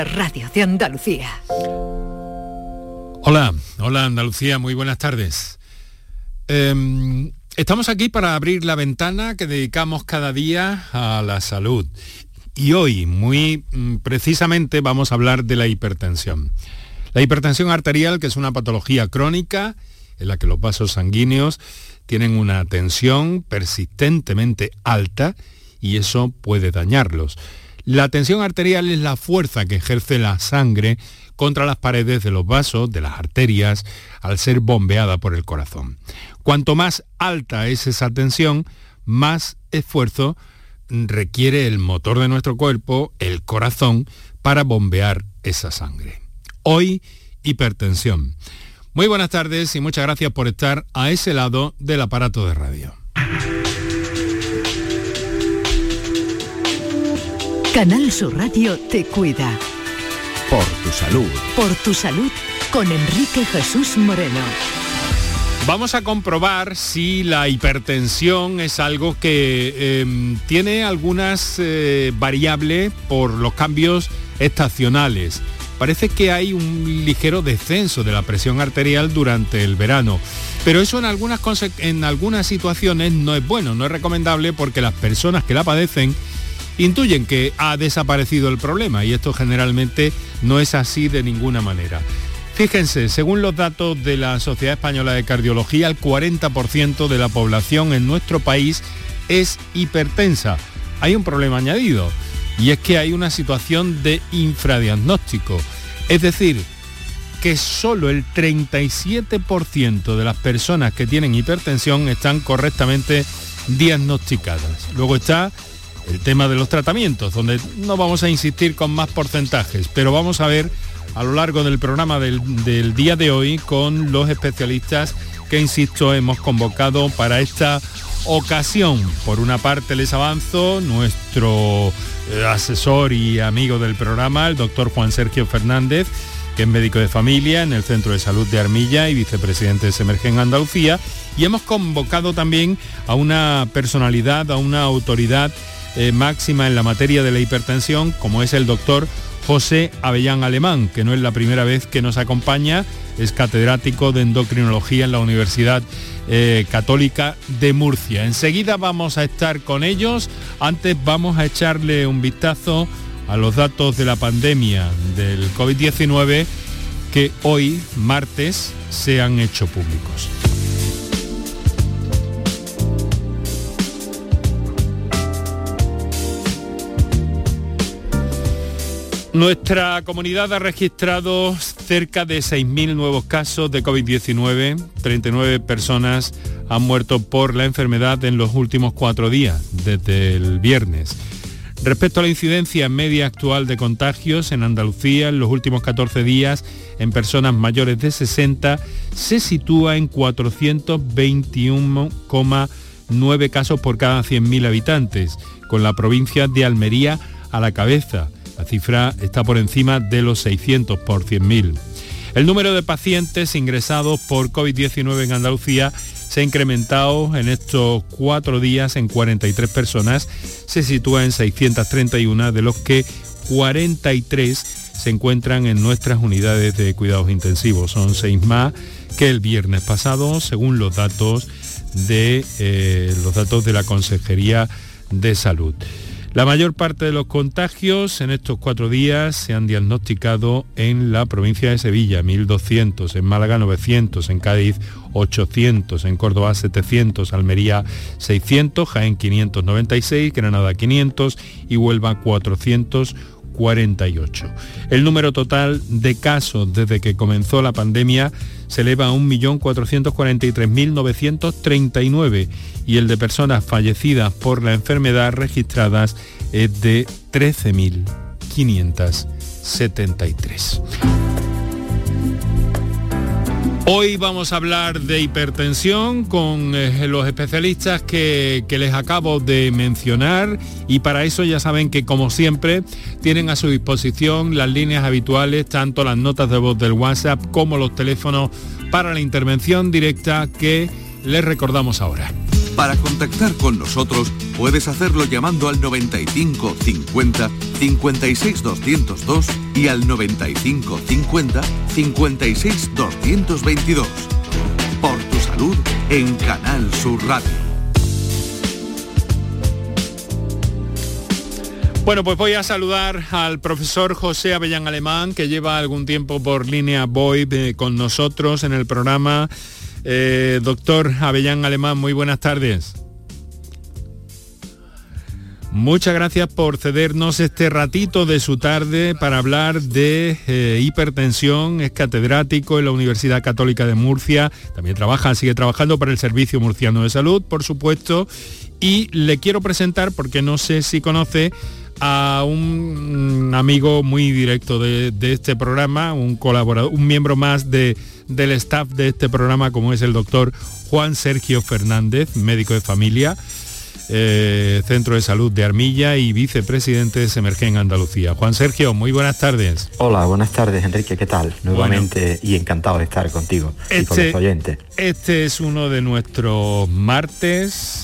Radio de Andalucía. Hola Andalucía, muy buenas tardes. Estamos aquí para abrir la ventana que dedicamos cada día a la salud. Y hoy, muy precisamente, vamos a hablar de la hipertensión. La hipertensión arterial, que es una patología crónica en la que los vasos sanguíneos tienen una tensión persistentemente alta y eso puede dañarlos. La tensión arterial es la fuerza que ejerce la sangre contra las paredes de los vasos, de las arterias, al ser bombeada por el corazón. Cuanto más alta es esa tensión, más esfuerzo requiere el motor de nuestro cuerpo, el corazón, para bombear esa sangre. Hoy, hipertensión. Muy buenas tardes y muchas gracias por estar a ese lado del aparato de radio. Canal Sur Radio te cuida. Por tu salud. Por tu salud, con Enrique Jesús Moreno. Vamos a comprobar si la hipertensión es algo que tiene algunas variables por los cambios estacionales. Parece que hay un ligero descenso de la presión arterial durante el verano, pero eso en algunas situaciones no es bueno, no es recomendable, porque las personas que la padecen intuyen que ha desaparecido el problema y esto generalmente no es así de ninguna manera. Fíjense, según los datos de la Sociedad Española de Cardiología, el 40% de la población en nuestro país es hipertensa. Hay un problema añadido y es que hay una situación de infradiagnóstico, es decir, que solo el 37% de las personas que tienen hipertensión están correctamente diagnosticadas. Luego está el tema de los tratamientos, donde no vamos a insistir con más porcentajes, pero vamos a ver a lo largo del programa del día de hoy con los especialistas que, insisto, hemos convocado para esta ocasión. Por una parte les avanzo nuestro asesor y amigo del programa, el doctor Juan Sergio Fernández, que es médico de familia en el Centro de Salud de Armilla y vicepresidente de Semergen Andalucía, y hemos convocado también a una personalidad, a una autoridad máxima en la materia de la hipertensión, como es el doctor José Avellán Alemán, que no es la primera vez que nos acompaña, es catedrático de endocrinología en la Universidad Católica de Murcia. Enseguida vamos a estar con ellos. Antes vamos a echarle un vistazo a los datos de la pandemia del COVID-19 que hoy, martes, se han hecho públicos. Nuestra comunidad ha registrado cerca de 6.000 nuevos casos de COVID-19. 39 personas han muerto por la enfermedad en los últimos 4 días, desde el viernes. Respecto a la incidencia media actual de contagios en Andalucía, en los últimos 14 días, en personas mayores de 60, se sitúa en 421,9 casos por cada 100.000 habitantes, con la provincia de Almería a la cabeza. La cifra está por encima de los 600 por 100.000. El número de pacientes ingresados por COVID-19 en Andalucía se ha incrementado en estos 4 días en 43 personas, se sitúa en 631, de los que 43 se encuentran en nuestras unidades de cuidados intensivos. Son 6 más que el viernes pasado, según los datos de la Consejería de Salud. La mayor parte de los contagios en estos 4 días se han diagnosticado en la provincia de Sevilla, 1.200, en Málaga 900, en Cádiz 800, en Córdoba 700, Almería 600, Jaén 596, Granada 500 y Huelva 448. El número total de casos desde que comenzó la pandemia se eleva a 1.443.939 y el de personas fallecidas por la enfermedad registradas es de 13.573. Hoy vamos a hablar de hipertensión con los especialistas que les acabo de mencionar, y para eso ya saben que, como siempre, tienen a su disposición las líneas habituales, tanto las notas de voz del WhatsApp como los teléfonos para la intervención directa que les recordamos ahora. Para contactar con nosotros puedes hacerlo llamando al 95 50 56 202 y al 95 50 56 222. Por tu salud en Canal Sur Radio. Bueno, pues voy a saludar al profesor José Avellán Alemán, que lleva algún tiempo por línea VoIP con nosotros en el programa. Doctor Avellán Alemán, muy buenas tardes. Muchas gracias por cedernos este ratito de su tarde para hablar de hipertensión. Es catedrático en la Universidad Católica de Murcia. También sigue trabajando para el Servicio Murciano de Salud, por supuesto. Y le quiero presentar, porque no sé si conoce, a un amigo muy directo de este programa, un colaborador, un miembro más del staff de este programa, como es el doctor Juan Sergio Fernández, médico de familia, Centro de Salud de Armilla y vicepresidente de Semergen Andalucía. Juan Sergio, muy buenas tardes. Hola, buenas tardes, Enrique, ¿qué tal? Nuevamente, y encantado de estar contigo y con los oyentes. Este es uno de nuestros martes,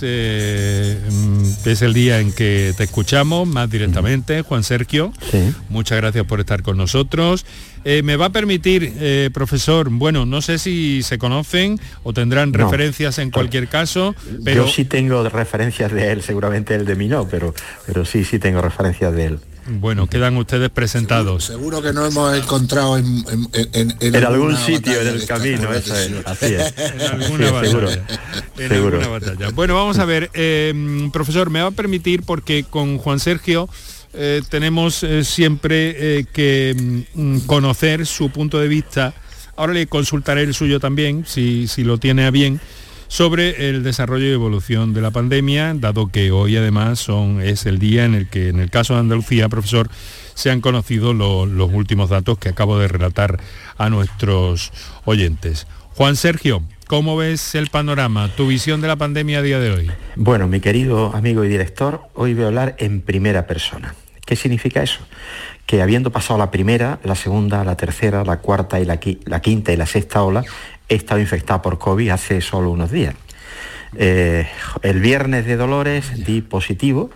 es el día en que te escuchamos más directamente, Juan Sergio. Sí. Muchas gracias por estar con nosotros. Me va a permitir, profesor, bueno, no sé si se conocen o tendrán referencias en cualquier caso, pero... Yo sí tengo referencias de él, seguramente él de mí no, pero sí tengo referencias de él. Bueno, quedan ustedes presentados. Seguro que nos hemos encontrado en algún sitio en el camino, eso es, así es. En alguna batalla. Seguro. Alguna batalla. Bueno, vamos a ver, profesor, me va a permitir, porque con Juan Sergio tenemos siempre que conocer su punto de vista. Ahora le consultaré el suyo también, si lo tiene a bien, sobre el desarrollo y evolución de la pandemia, dado que hoy además es el día en el que, en el caso de Andalucía, profesor, se han conocido los últimos datos que acabo de relatar a nuestros oyentes. Juan Sergio, ¿cómo ves el panorama, tu visión de la pandemia a día de hoy? Bueno, mi querido amigo y director, hoy voy a hablar en primera persona. ¿Qué significa eso? Que habiendo pasado la primera, la segunda, la tercera, la cuarta y la quinta y la sexta ola, he estado infectado por COVID hace solo unos días. El viernes de Dolores di positivo.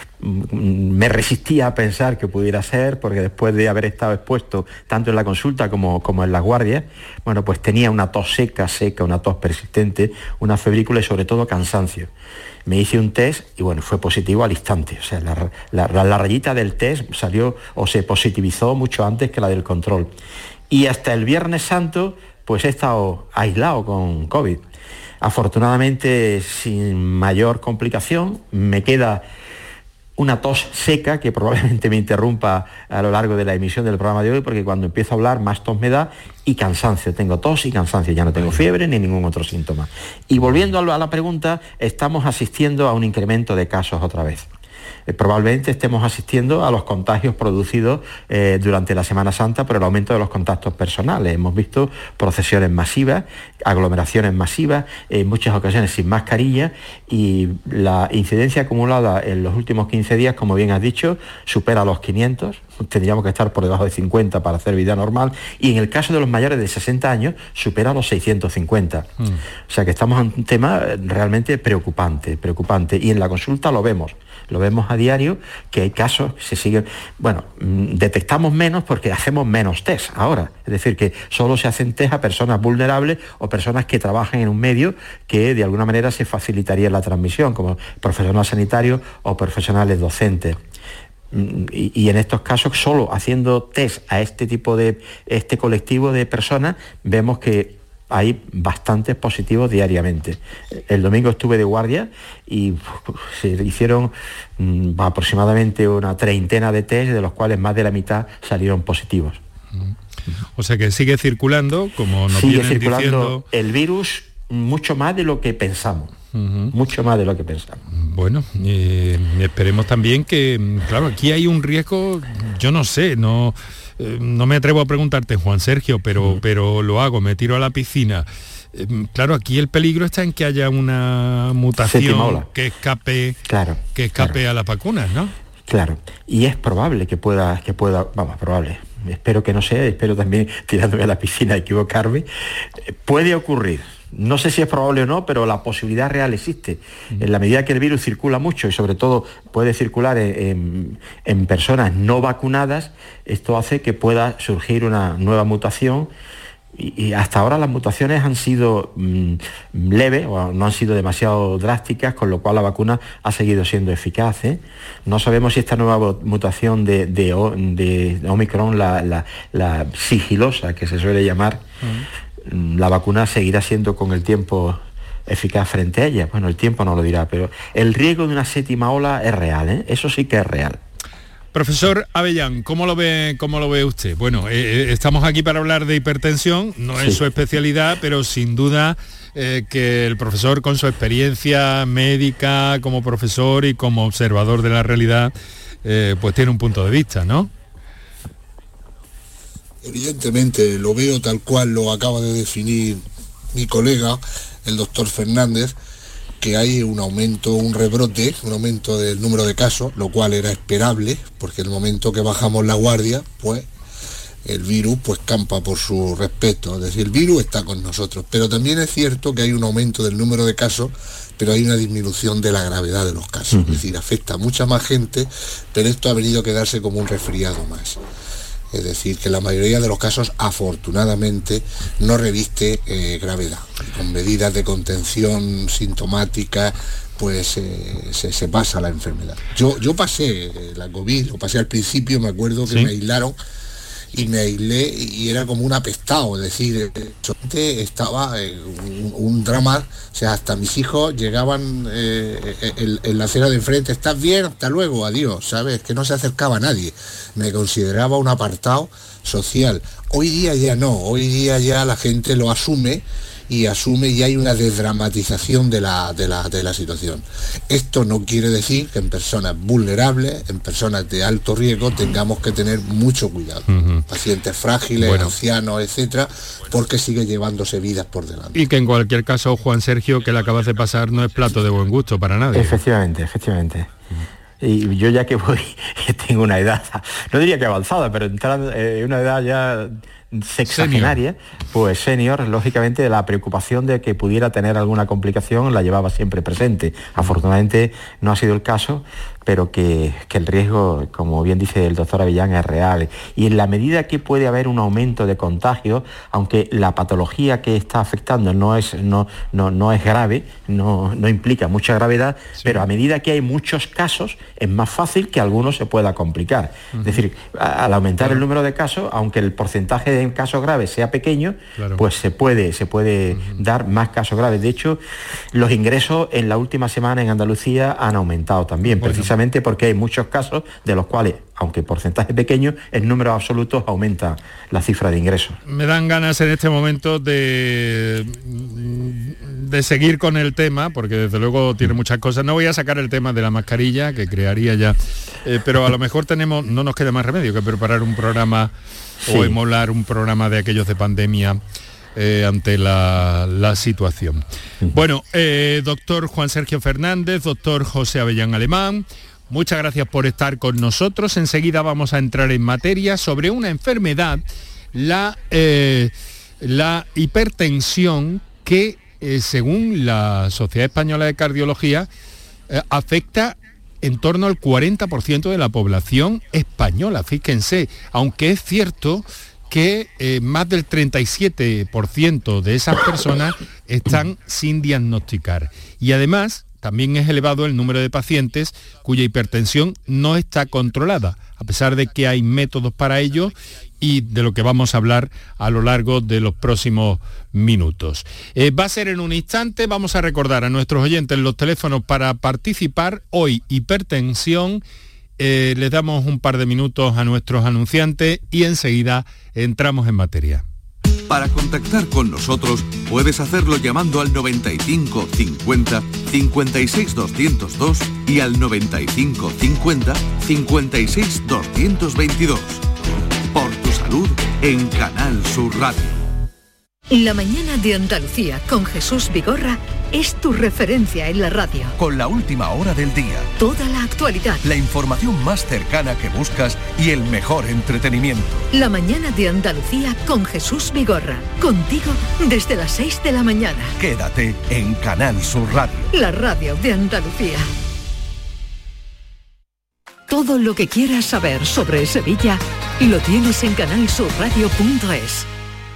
Me resistía a pensar que pudiera ser, porque después de haber estado expuesto tanto en la consulta como en las guardias, bueno, pues tenía una tos seca, una tos persistente, una febrícula y sobre todo cansancio. Me hice un test y bueno, fue positivo al instante. O sea, la rayita del test salió o se positivizó mucho antes que la del control. Y hasta el Viernes Santo, pues he estado aislado con COVID. Afortunadamente, sin mayor complicación, me queda una tos seca que probablemente me interrumpa a lo largo de la emisión del programa de hoy, porque cuando empiezo a hablar más tos me da, y cansancio, tengo tos y cansancio, ya no tengo fiebre ni ningún otro síntoma. Y volviendo a la pregunta, estamos asistiendo a un incremento de casos otra vez. Probablemente estemos asistiendo a los contagios producidos durante la Semana Santa por el aumento de los contactos personales. Hemos visto procesiones masivas, aglomeraciones masivas, en muchas ocasiones sin mascarilla, y la incidencia acumulada en los últimos 15 días, como bien has dicho, supera los 500. Tendríamos que estar por debajo de 50 para hacer vida normal, y en el caso de los mayores de 60 años supera los 650. O sea que estamos ante un tema realmente preocupante, y en la consulta lo vemos a diario, que hay casos que se siguen, bueno, detectamos menos porque hacemos menos test ahora, es decir, que solo se hacen test a personas vulnerables o personas que trabajan en un medio que de alguna manera se facilitaría la transmisión, como profesionales sanitarios o profesionales docentes. Y en estos casos, solo haciendo test a este colectivo de personas, vemos que hay bastantes positivos diariamente. El domingo estuve de guardia y se hicieron aproximadamente una treintena de test, de los cuales más de la mitad salieron positivos. O sea que sigue circulando, como nos sigue vienen circulando diciendo... el virus mucho más de lo que pensamos. Mucho más de lo que pensamos. Bueno, esperemos también que, claro, aquí hay un riesgo, yo no sé, no me atrevo a preguntarte, Juan Sergio, pero lo hago, me tiro a la piscina. Claro, aquí el peligro está en que haya una mutación que escape a las vacunas, ¿no? Claro, y es probable que pueda, vamos, probable. Espero que no sea, espero también, tirándome a la piscina, equivocarme. Puede ocurrir. no sé si es probable o no, pero la posibilidad real existe. En la medida que el virus circula mucho y sobre todo puede circular en personas no vacunadas, esto hace que pueda surgir una nueva mutación. Y hasta ahora las mutaciones han sido leves o no han sido demasiado drásticas, con lo cual la vacuna ha seguido siendo eficaz. No sabemos si esta nueva mutación de Omicron, la sigilosa que se suele llamar, la vacuna seguirá siendo con el tiempo eficaz frente a ella. Bueno, el tiempo no lo dirá, pero el riesgo de una séptima ola es real, eso sí que es real. Profesor Avellán, ¿cómo lo ve usted? Bueno, estamos aquí para hablar de hipertensión, no es su especialidad, pero sin duda que el profesor, con su experiencia médica como profesor y como observador de la realidad, pues tiene un punto de vista, ¿no? Evidentemente, lo veo tal cual lo acaba de definir mi colega, el doctor Fernández, que hay un aumento, un rebrote, un aumento del número de casos, lo cual era esperable, porque en el momento que bajamos la guardia, pues el virus pues campa por su respeto, es decir, el virus está con nosotros, pero también es cierto que hay un aumento del número de casos, pero hay una disminución de la gravedad de los casos, es decir, afecta a mucha más gente, pero esto ha venido a quedarse como un resfriado más. Es decir, que la mayoría de los casos, afortunadamente, no reviste gravedad. Con medidas de contención sintomática, pues se pasa la enfermedad. Yo pasé la COVID, lo pasé al principio, me acuerdo que me aislaron, y me aislé y era como un apestado, es decir, estaba un drama, o sea, hasta mis hijos llegaban en la acera de enfrente, ¿estás bien? Hasta luego, adiós, ¿sabes? Que no se acercaba a nadie, me consideraba un apartado social. Hoy día ya no, hoy día ya la gente lo asume y hay una desdramatización de la situación. Esto no quiere decir que en personas vulnerables, en personas de alto riesgo, tengamos que tener mucho cuidado. Pacientes frágiles, ancianos, etcétera, porque sigue llevándose vidas por delante. Y que en cualquier caso, Juan Sergio, que le acabas de pasar, no es plato de buen gusto para nadie. Efectivamente. Y yo ya que tengo una edad, no diría que avanzada, pero entrando en una edad ya sexagenaria, pues senior, lógicamente la preocupación de que pudiera tener alguna complicación la llevaba siempre presente. Afortunadamente no ha sido el caso, pero que el riesgo, como bien dice el doctor Avellán, es real. Y en la medida que puede haber un aumento de contagios, aunque la patología que está afectando no es grave, no implica mucha gravedad, pero a medida que hay muchos casos, es más fácil que alguno se pueda complicar. Es decir, al aumentar el número de casos, aunque el porcentaje de casos graves sea pequeño, pues se puede dar más casos graves. De hecho, los ingresos en la última semana en Andalucía han aumentado también, precisamente porque hay muchos casos de los cuales, aunque porcentaje pequeño, en números absolutos aumenta la cifra de ingresos. Me dan ganas en este momento de seguir con el tema, porque desde luego tiene muchas cosas. No voy a sacar el tema de la mascarilla, que crearía ya, pero a lo mejor no nos queda más remedio que preparar un programa o emular un programa de aquellos de pandemia ante la situación. Bueno, doctor Juan Sergio Fernández, doctor José Avellán Alemán, muchas gracias por estar con nosotros. Enseguida vamos a entrar en materia sobre una enfermedad, la hipertensión, que según la Sociedad Española de Cardiología afecta en torno al 40% de la población española, fíjense, aunque es cierto que más del 37% de esas personas están sin diagnosticar. Y además, también es elevado el número de pacientes cuya hipertensión no está controlada, a pesar de que hay métodos para ello y de lo que vamos a hablar a lo largo de los próximos minutos. Va a ser en un instante. Vamos a recordar a nuestros oyentes los teléfonos para participar. Hoy, hipertensión. Les damos un par de minutos a nuestros anunciantes y enseguida entramos en materia. Para contactar con nosotros puedes hacerlo llamando al 95 50 56 202 y al 95 50 56 222. Por tu salud en Canal Sur Radio. La mañana de Andalucía con Jesús Vigorra es tu referencia en la radio. Con la última hora del día. Toda la actualidad. La información más cercana que buscas y el mejor entretenimiento. La mañana de Andalucía con Jesús Vigorra. Contigo desde las 6 de la mañana. Quédate en Canal Sur Radio. La radio de Andalucía. Todo lo que quieras saber sobre Sevilla lo tienes en canalsurradio.es.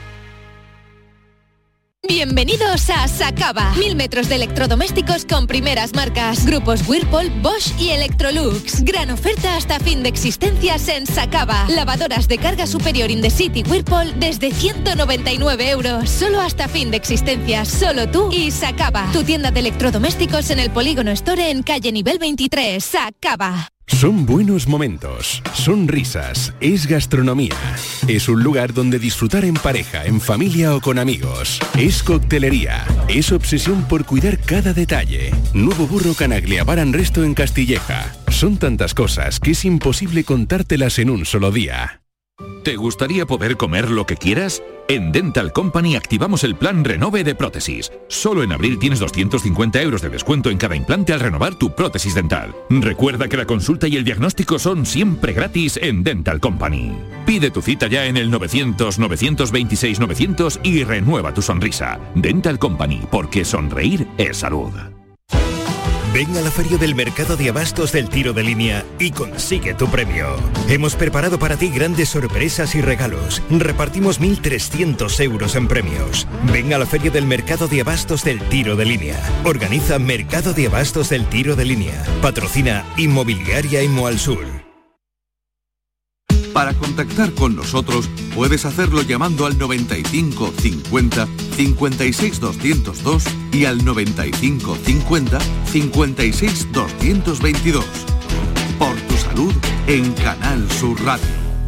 Bienvenidos a Sacaba. 1000 metros de electrodomésticos con primeras marcas. Grupos Whirlpool, Bosch y Electrolux. Gran oferta hasta fin de existencias en Sacaba. Lavadoras de carga superior in the city Whirlpool desde 199 euros. Solo hasta fin de existencias. Solo tú y Sacaba. Tu tienda de electrodomésticos en el Polígono Store en calle nivel 23. Sacaba. Son buenos momentos, son risas, es gastronomía. Es un lugar donde disfrutar en pareja, en familia o con amigos. Es coctelería, es obsesión por cuidar cada detalle. Nuevo Burro Canaglia Bar and Resto en Castilleja. Son tantas cosas que es imposible contártelas en un solo día. ¿Te gustaría poder comer lo que quieras? En Dental Company activamos el plan Renove de prótesis. Solo en abril tienes 250 euros de descuento en cada implante al renovar tu prótesis dental. Recuerda que la consulta y el diagnóstico son siempre gratis en Dental Company. Pide tu cita ya en el 900-926-900 y renueva tu sonrisa. Dental Company, porque sonreír es salud. Ven a la Feria del Mercado de Abastos del Tiro de Línea y consigue tu premio. Hemos preparado para ti grandes sorpresas y regalos. Repartimos 1.300 euros en premios. Ven a la Feria del Mercado de Abastos del Tiro de Línea. Organiza Mercado de Abastos del Tiro de Línea. Patrocina Inmobiliaria Imoal Sur. Para contactar con nosotros puedes hacerlo llamando al 95 50 56 202 y al 95 50 56 222. Por tu salud en Canal Sur Radio.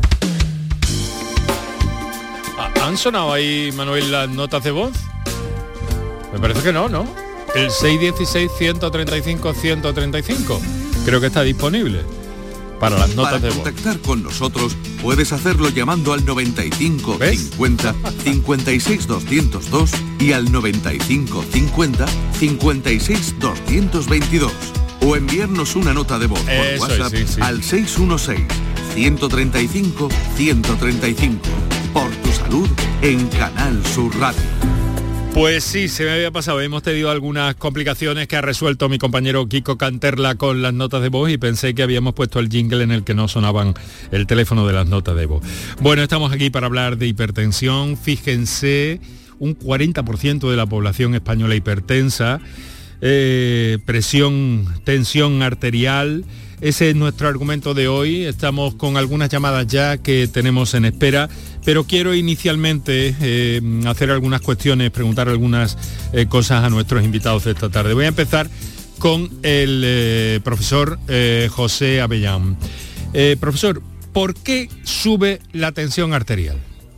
¿Han sonado ahí, Manuel, las notas de voz? Me parece que no. El 616 135 135 creo que está disponible para las notas de voz. Para contactar con nosotros puedes hacerlo llamando al 95 50 56 202 y al 95 50 56 222 o enviarnos una nota de voz por WhatsApp al 616 135 135. Por tu salud en Canal Sur Radio. Pues sí, se me había pasado. Hemos tenido algunas complicaciones que ha resuelto mi compañero Kiko Canterla con las notas de voz y pensé que habíamos puesto el jingle en el que no sonaban el teléfono de las notas de voz. Bueno, estamos aquí para hablar de hipertensión. Fíjense, un 40% de la población española hipertensa, tensión arterial. Ese es nuestro argumento de hoy. Estamos con algunas llamadas ya que tenemos en espera, pero quiero inicialmente hacer algunas cuestiones, preguntar algunas cosas a nuestros invitados de esta tarde. Voy a empezar con el profesor José Avellán. Profesor, ¿por qué sube la tensión arterial?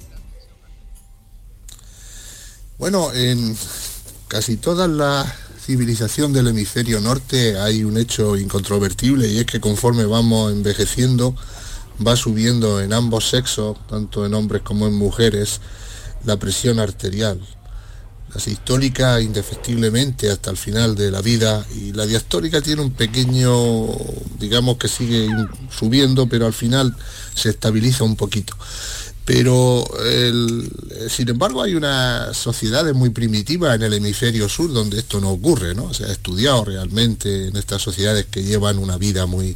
Bueno, en casi todas las civilización del hemisferio norte hay un hecho incontrovertible, y es que conforme vamos envejeciendo va subiendo en ambos sexos, tanto en hombres como en mujeres, la presión arterial. La sistólica indefectiblemente hasta el final de la vida, y la diastólica tiene un pequeño, digamos que sigue subiendo, pero al final se estabiliza un poquito. Pero, sin embargo, hay unas sociedades muy primitivas en el hemisferio sur donde esto no ocurre, ¿no? Se ha estudiado realmente en estas sociedades que llevan una vida muy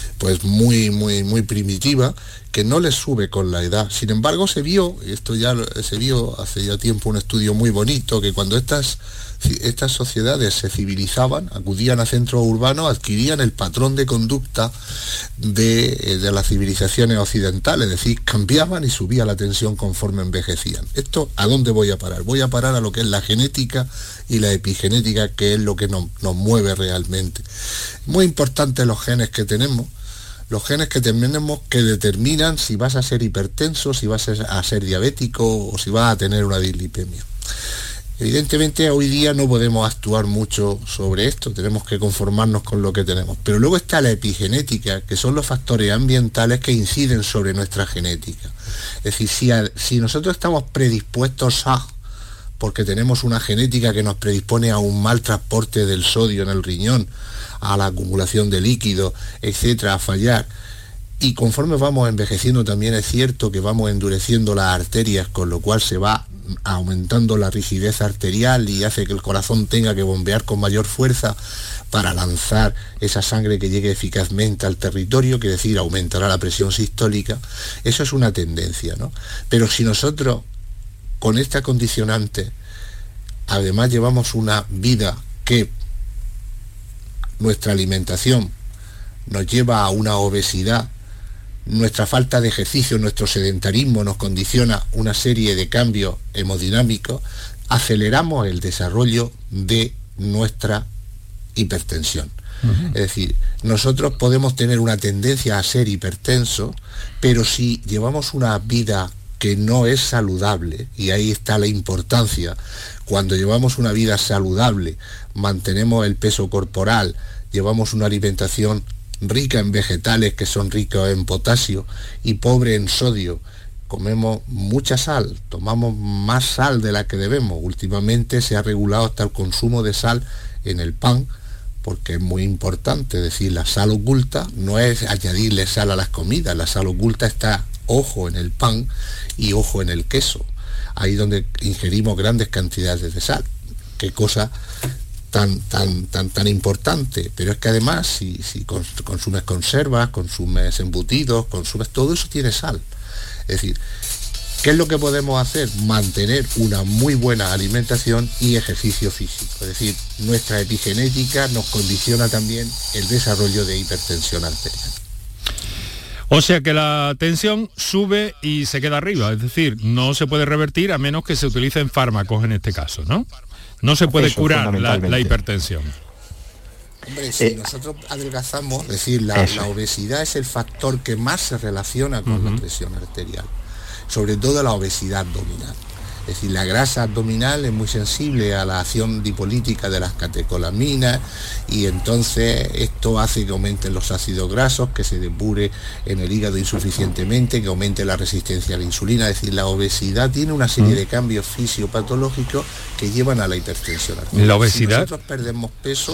primitiva, que no les sube con la edad. Sin embargo, se vio hace ya tiempo un estudio muy bonito, que cuando estas sociedades se civilizaban, acudían a centros urbanos, adquirían el patrón de conducta de las civilizaciones occidentales, es decir, cambiaban y subía la tensión conforme envejecían. ¿Esto a dónde voy a parar? Voy a parar a lo que es la genética y la epigenética, que es lo que nos mueve realmente. Muy importantes los genes que tenemos. Los genes que determinan si vas a ser hipertenso, si vas a ser diabético o si vas a tener una dislipemia. Evidentemente hoy día no podemos actuar mucho sobre esto, tenemos que conformarnos con lo que tenemos. Pero luego está la epigenética, que son los factores ambientales que inciden sobre nuestra genética. Es decir, si nosotros estamos predispuestos a porque tenemos una genética que nos predispone a un mal transporte del sodio en el riñón, a la acumulación de líquido, etcétera, a fallar. Y conforme vamos envejeciendo también es cierto que vamos endureciendo las arterias, con lo cual se va aumentando la rigidez arterial y hace que el corazón tenga que bombear con mayor fuerza para lanzar esa sangre que llegue eficazmente al territorio, que es decir, aumentará la presión sistólica. Eso es una tendencia, ¿no? Pero si nosotros, con esta condicionante, además llevamos una vida que nuestra alimentación nos lleva a una obesidad, nuestra falta de ejercicio, nuestro sedentarismo nos condiciona una serie de cambios hemodinámicos, aceleramos el desarrollo de nuestra hipertensión. Es decir, nosotros podemos tener una tendencia a ser hipertensos, pero si llevamos una vida que no es saludable, y ahí está la importancia, cuando llevamos una vida saludable, mantenemos el peso corporal, llevamos una alimentación rica en vegetales que son ricos en potasio y pobre en sodio, comemos mucha sal, tomamos más sal de la que debemos. Últimamente se ha regulado hasta el consumo de sal en el pan, porque es muy importante. Es decir, la sal oculta no es añadirle sal a las comidas, la sal oculta está, ojo, en el pan y ojo en el queso, ahí donde ingerimos grandes cantidades de sal. Qué cosa tan importante. Pero es que además si consumes conservas, consumes embutidos, consumes todo eso, tiene sal. Es decir, ¿qué es lo que podemos hacer? Mantener una muy buena alimentación y ejercicio físico. Es decir, nuestra epigenética nos condiciona también el desarrollo de hipertensión arterial. O sea que la tensión sube y se queda arriba, es decir, no se puede revertir a menos que se utilicen fármacos en este caso, ¿no? No se puede curar la hipertensión. Hombre, si nosotros adelgazamos, es decir, la obesidad es el factor que más se relaciona con la presión arterial, sobre todo la obesidad abdominal. Es decir, la grasa abdominal es muy sensible a la acción lipolítica de las catecolaminas y entonces esto hace que aumenten los ácidos grasos, que se depure en el hígado insuficientemente, que aumente la resistencia a la insulina. Es decir, la obesidad tiene una serie de cambios fisiopatológicos que llevan a la hipertensión arterial. La obesidad. Si nosotros perdemos peso,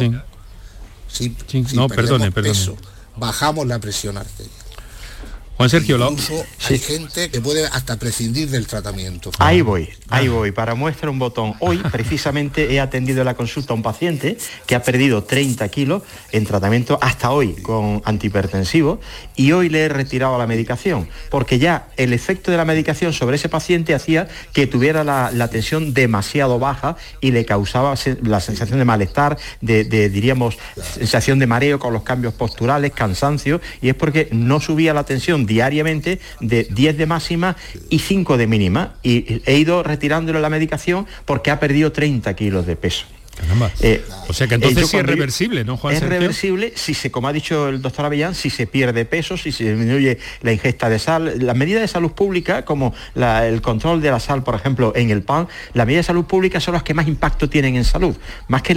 perdone. bajamos la presión arterial. Juan Sergio, incluso hay gente que puede hasta prescindir del tratamiento. Ahí voy, para muestra un botón. Hoy, precisamente, he atendido en la consulta a un paciente que ha perdido 30 kilos en tratamiento hasta hoy con antihipertensivos, y hoy le he retirado la medicación, porque ya el efecto de la medicación sobre ese paciente hacía que tuviera la tensión demasiado baja y le causaba la sensación de malestar, diríamos, sensación de mareo con los cambios posturales, cansancio, y es porque no subía la tensión diariamente de 10 de máxima y 5 de mínima, y he ido retirándole la medicación porque ha perdido 30 kilos de peso. O sea que entonces sí es reversible, ¿no, Juan Sergio? Es reversible si se, como ha dicho el doctor Avellán, si se pierde peso, si se disminuye la ingesta de sal. Las medidas de salud pública, como el control de la sal, por ejemplo, en el pan, las medidas de salud pública son las que más impacto tienen en salud, más que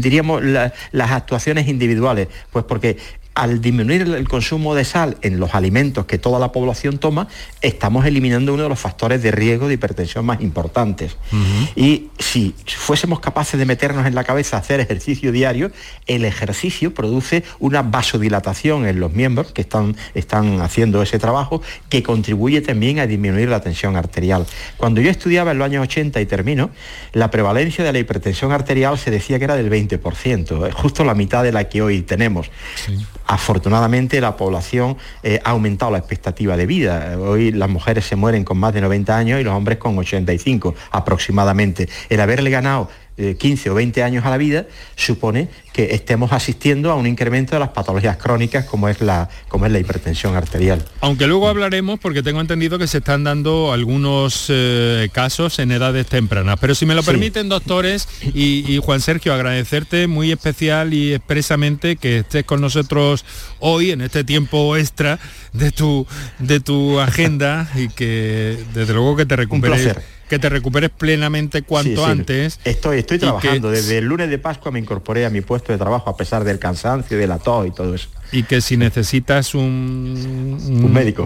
las actuaciones individuales, pues porque al disminuir el consumo de sal en los alimentos que toda la población toma, estamos eliminando uno de los factores de riesgo de hipertensión más importantes. Y si fuésemos capaces de meternos en la cabeza hacer ejercicio diario, el ejercicio produce una vasodilatación en los miembros que están haciendo ese trabajo, que contribuye también a disminuir la tensión arterial. Cuando yo estudiaba en los años 80 y termino, la prevalencia de la hipertensión arterial se decía que era del 20%, justo la mitad de la que hoy tenemos. Sí. Afortunadamente la población ha aumentado la expectativa de vida. Hoy las mujeres se mueren con más de 90 años y los hombres con 85 aproximadamente. El haberle ganado 15 o 20 años a la vida supone que estemos asistiendo a un incremento de las patologías crónicas como es la hipertensión arterial. Aunque luego hablaremos, porque tengo entendido que se están dando algunos casos en edades tempranas. Pero si me lo permiten, doctores, y Juan Sergio, agradecerte muy especial y expresamente que estés con nosotros hoy en este tiempo extra de tu agenda, y que desde luego que te recuperes que te recuperes plenamente cuanto antes. Estoy trabajando. Desde el lunes de Pascua me incorporé a mi puesto de trabajo a pesar del cansancio, de la tos y todo eso. Y que si necesitas un médico,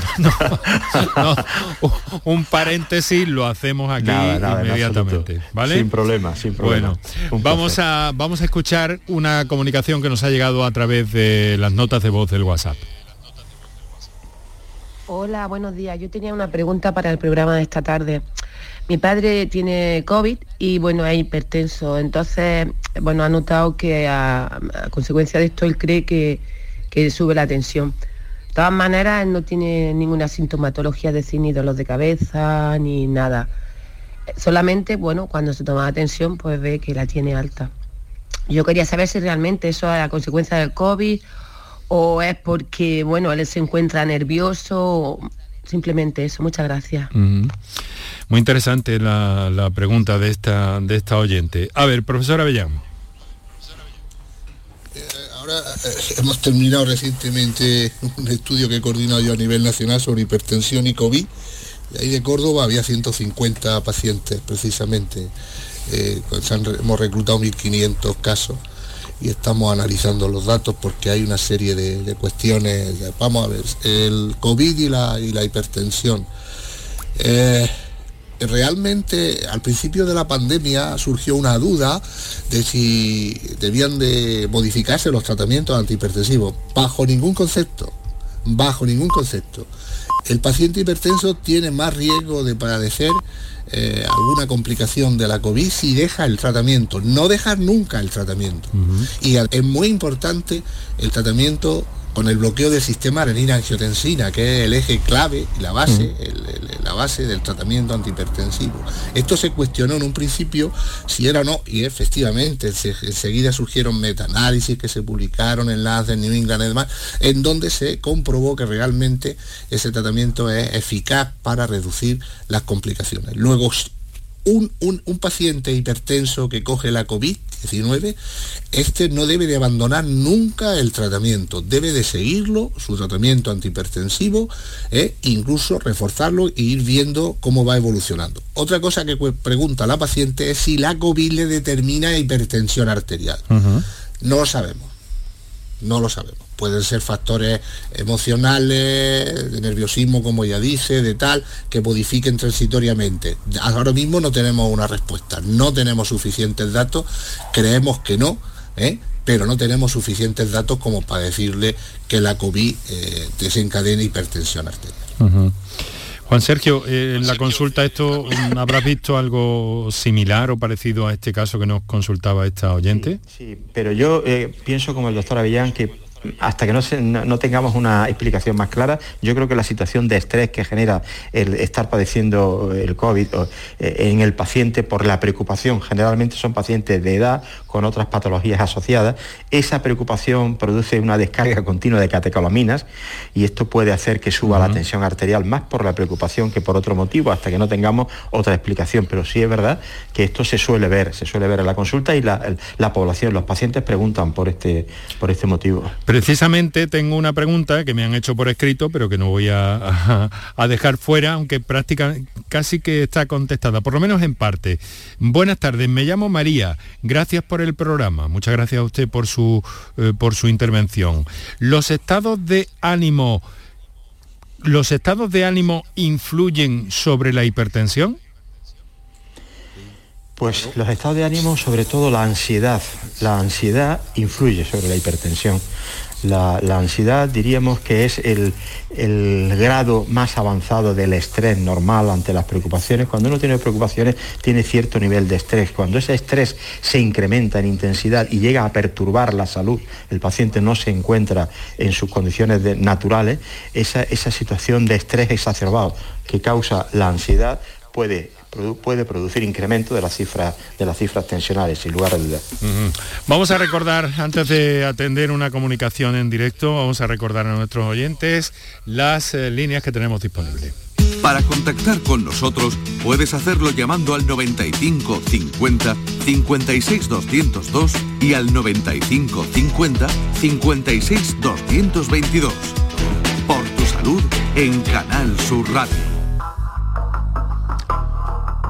un paréntesis, lo hacemos aquí inmediatamente, ¿vale? Sin problema. Bueno, vamos a escuchar una comunicación que nos ha llegado a través de las notas de voz del WhatsApp. Hola, buenos días. Yo tenía una pregunta para el programa de esta tarde. Mi padre tiene COVID y bueno, es hipertenso. Entonces, bueno, ha notado que a consecuencia de esto él cree que sube la tensión. De todas maneras, él no tiene ninguna sintomatología, es decir, ni dolor de cabeza, ni nada. Solamente, bueno, cuando se toma la tensión, pues ve que la tiene alta. Yo quería saber si realmente eso es a consecuencia del COVID o es porque, bueno, él se encuentra nervioso, o simplemente eso. Muchas gracias. Muy interesante la pregunta de esta oyente. A ver, profesor Avellán. Ahora hemos terminado recientemente un estudio que he coordinado yo a nivel nacional sobre hipertensión y COVID. De ahí de Córdoba había 150 pacientes precisamente. Hemos reclutado 1.500 casos y estamos analizando los datos porque hay una serie de cuestiones. Vamos a ver, el COVID y la hipertensión. Realmente al principio de la pandemia surgió una duda de si debían de modificarse los tratamientos antihipertensivos. Bajo ningún concepto. El paciente hipertenso tiene más riesgo de padecer alguna complicación de la COVID si deja el tratamiento. No dejar nunca el tratamiento. Y es muy importante el tratamiento con el bloqueo del sistema renina-angiotensina, que es el eje clave y la base, la base del tratamiento antihipertensivo. Esto se cuestionó en un principio si era o no, y efectivamente enseguida surgieron metaanálisis que se publicaron en Lancet, New England y demás, en donde se comprobó que realmente ese tratamiento es eficaz para reducir las complicaciones. Luego, un paciente hipertenso que coge la COVID-19, no debe de abandonar nunca el tratamiento, debe de seguirlo, su tratamiento antihipertensivo, incluso reforzarlo e ir viendo cómo va evolucionando. Otra cosa que pregunta la paciente es si la COVID le determina hipertensión arterial. No lo sabemos. Pueden ser factores emocionales, de nerviosismo, como ya dice, de tal, que modifiquen transitoriamente. Ahora mismo no tenemos una respuesta, no tenemos suficientes datos, creemos que no, pero no tenemos suficientes datos como para decirle que la COVID desencadena hipertensión arterial. Juan Sergio, en la consulta esto, ¿habrás visto algo similar o parecido a este caso que nos consultaba esta oyente? Sí, pero yo pienso como el doctor Avellán que hasta que no tengamos una explicación más clara, yo creo que la situación de estrés que genera el estar padeciendo el COVID en el paciente por la preocupación, generalmente son pacientes de edad con otras patologías asociadas, esa preocupación produce una descarga continua de catecolaminas y esto puede hacer que suba la tensión arterial más por la preocupación que por otro motivo, hasta que no tengamos otra explicación. Pero sí es verdad que esto se suele ver en la consulta y la población, los pacientes preguntan por este motivo. Precisamente tengo una pregunta que me han hecho por escrito, pero que no voy a dejar fuera, aunque casi que está contestada, por lo menos en parte. Buenas tardes, me llamo María, gracias por el programa, muchas gracias a usted por su intervención. ¿Los estados de ánimo influyen sobre la hipertensión? Pues los estados de ánimo, sobre todo la ansiedad influye sobre la hipertensión. La ansiedad diríamos que es el grado más avanzado del estrés normal ante las preocupaciones. Cuando uno tiene preocupaciones tiene cierto nivel de estrés. Cuando ese estrés se incrementa en intensidad y llega a perturbar la salud, el paciente no se encuentra en sus condiciones naturales, esa situación de estrés exacerbado que causa la ansiedad puede producir incremento de las cifras tensionales, sin lugar a dudas. Vamos a recordar, antes de atender una comunicación en directo, vamos a recordar a nuestros oyentes las líneas que tenemos disponibles. Para contactar con nosotros puedes hacerlo llamando al 95 50 56 202 y al 95 50 56 222. Por tu salud en Canal Sur Radio.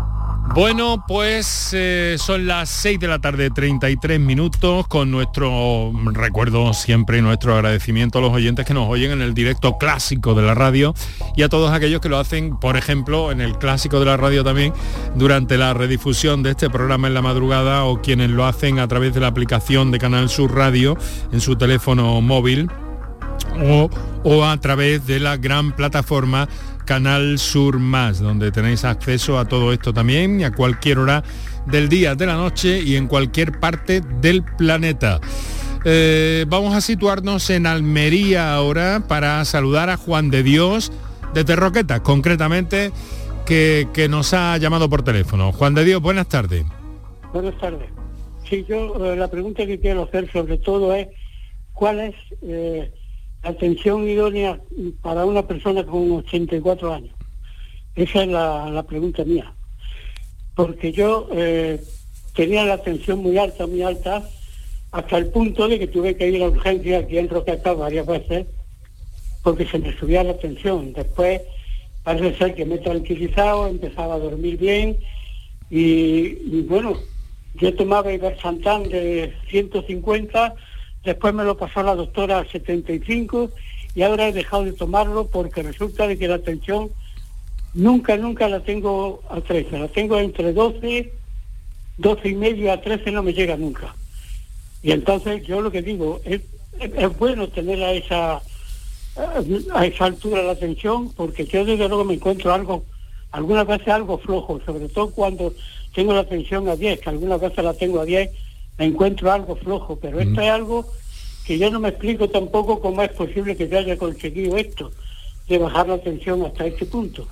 Bueno, pues son las 6 de la tarde, 33 minutos, con nuestro recuerdo siempre y nuestro agradecimiento a los oyentes que nos oyen en el directo clásico de la radio y a todos aquellos que lo hacen, por ejemplo, en el clásico de la radio también, durante la redifusión de este programa en la madrugada, o quienes lo hacen a través de la aplicación de Canal Sur Radio en su teléfono móvil o a través de la gran plataforma Canal Sur Más, donde tenéis acceso a todo esto también y a cualquier hora del día, de la noche y en cualquier parte del planeta. Vamos a situarnos en Almería ahora para saludar a Juan de Dios desde Roquetas, concretamente, que nos ha llamado por teléfono. Juan de Dios, buenas tardes. Buenas tardes. Sí, yo la pregunta que quiero hacer sobre todo es ¿cuál es la atención idónea para una persona con 84 años? Esa es la pregunta mía. Porque yo tenía la atención muy alta, hasta el punto de que tuve que ir a urgencia aquí en Roquetas varias veces, porque se me subía la tensión. Después parece ser que me he tranquilizado, empezaba a dormir bien, y bueno, yo tomaba Ibersantan de 150, después me lo pasó la doctora a 75 y ahora he dejado de tomarlo porque resulta de que la tensión nunca la tengo a 13, la tengo entre 12 y medio a 13, no me llega nunca. Y entonces yo lo que digo, es bueno tener a esa altura la tensión, porque yo desde luego me encuentro algunas veces algo flojo, sobre todo cuando tengo la tensión a 10, que algunas veces la tengo a 10, me encuentro algo flojo, pero esto es algo que yo no me explico tampoco cómo es posible que yo haya conseguido esto, de bajar la tensión hasta este punto.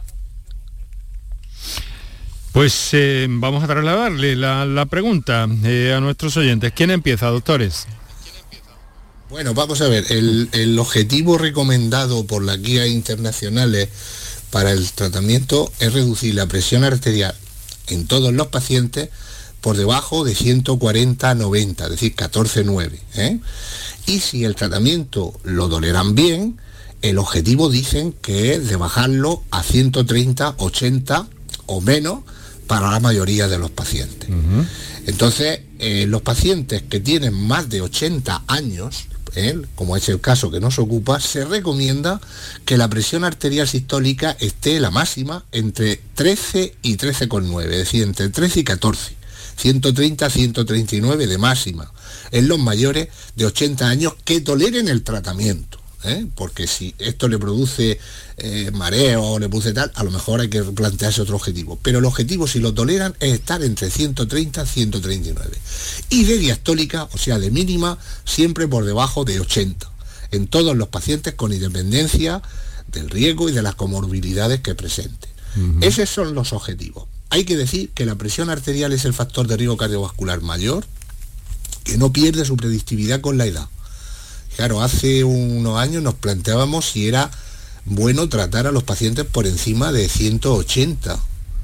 Pues vamos a trasladarle la pregunta a nuestros oyentes. ¿Quién empieza, doctores? Bueno, vamos a ver, el objetivo recomendado por las guías internacionales para el tratamiento es reducir la presión arterial en todos los pacientes por debajo de 140/90, es decir, 14/9. Y si el tratamiento lo toleran bien, el objetivo dicen que es de bajarlo a 130/80 o menos para la mayoría de los pacientes. Entonces, los pacientes que tienen más de 80 años, como es el caso que nos ocupa, se recomienda que la presión arterial sistólica esté la máxima entre 13 y 13,9, es decir, entre 13 y 14. 130, 139 de máxima en los mayores de 80 años que toleren el tratamiento, porque si esto le produce mareo o le produce tal, a lo mejor hay que plantearse otro objetivo, pero el objetivo, si lo toleran, es estar entre 130 y 139, y de diastólica, o sea de mínima, siempre por debajo de 80 en todos los pacientes, con independencia del riesgo y de las comorbilidades que presenten. Esos son los objetivos. Hay que decir que la presión arterial es el factor de riesgo cardiovascular mayor, que no pierde su predictividad con la edad. Claro, hace unos años nos planteábamos si era bueno tratar a los pacientes por encima de 180,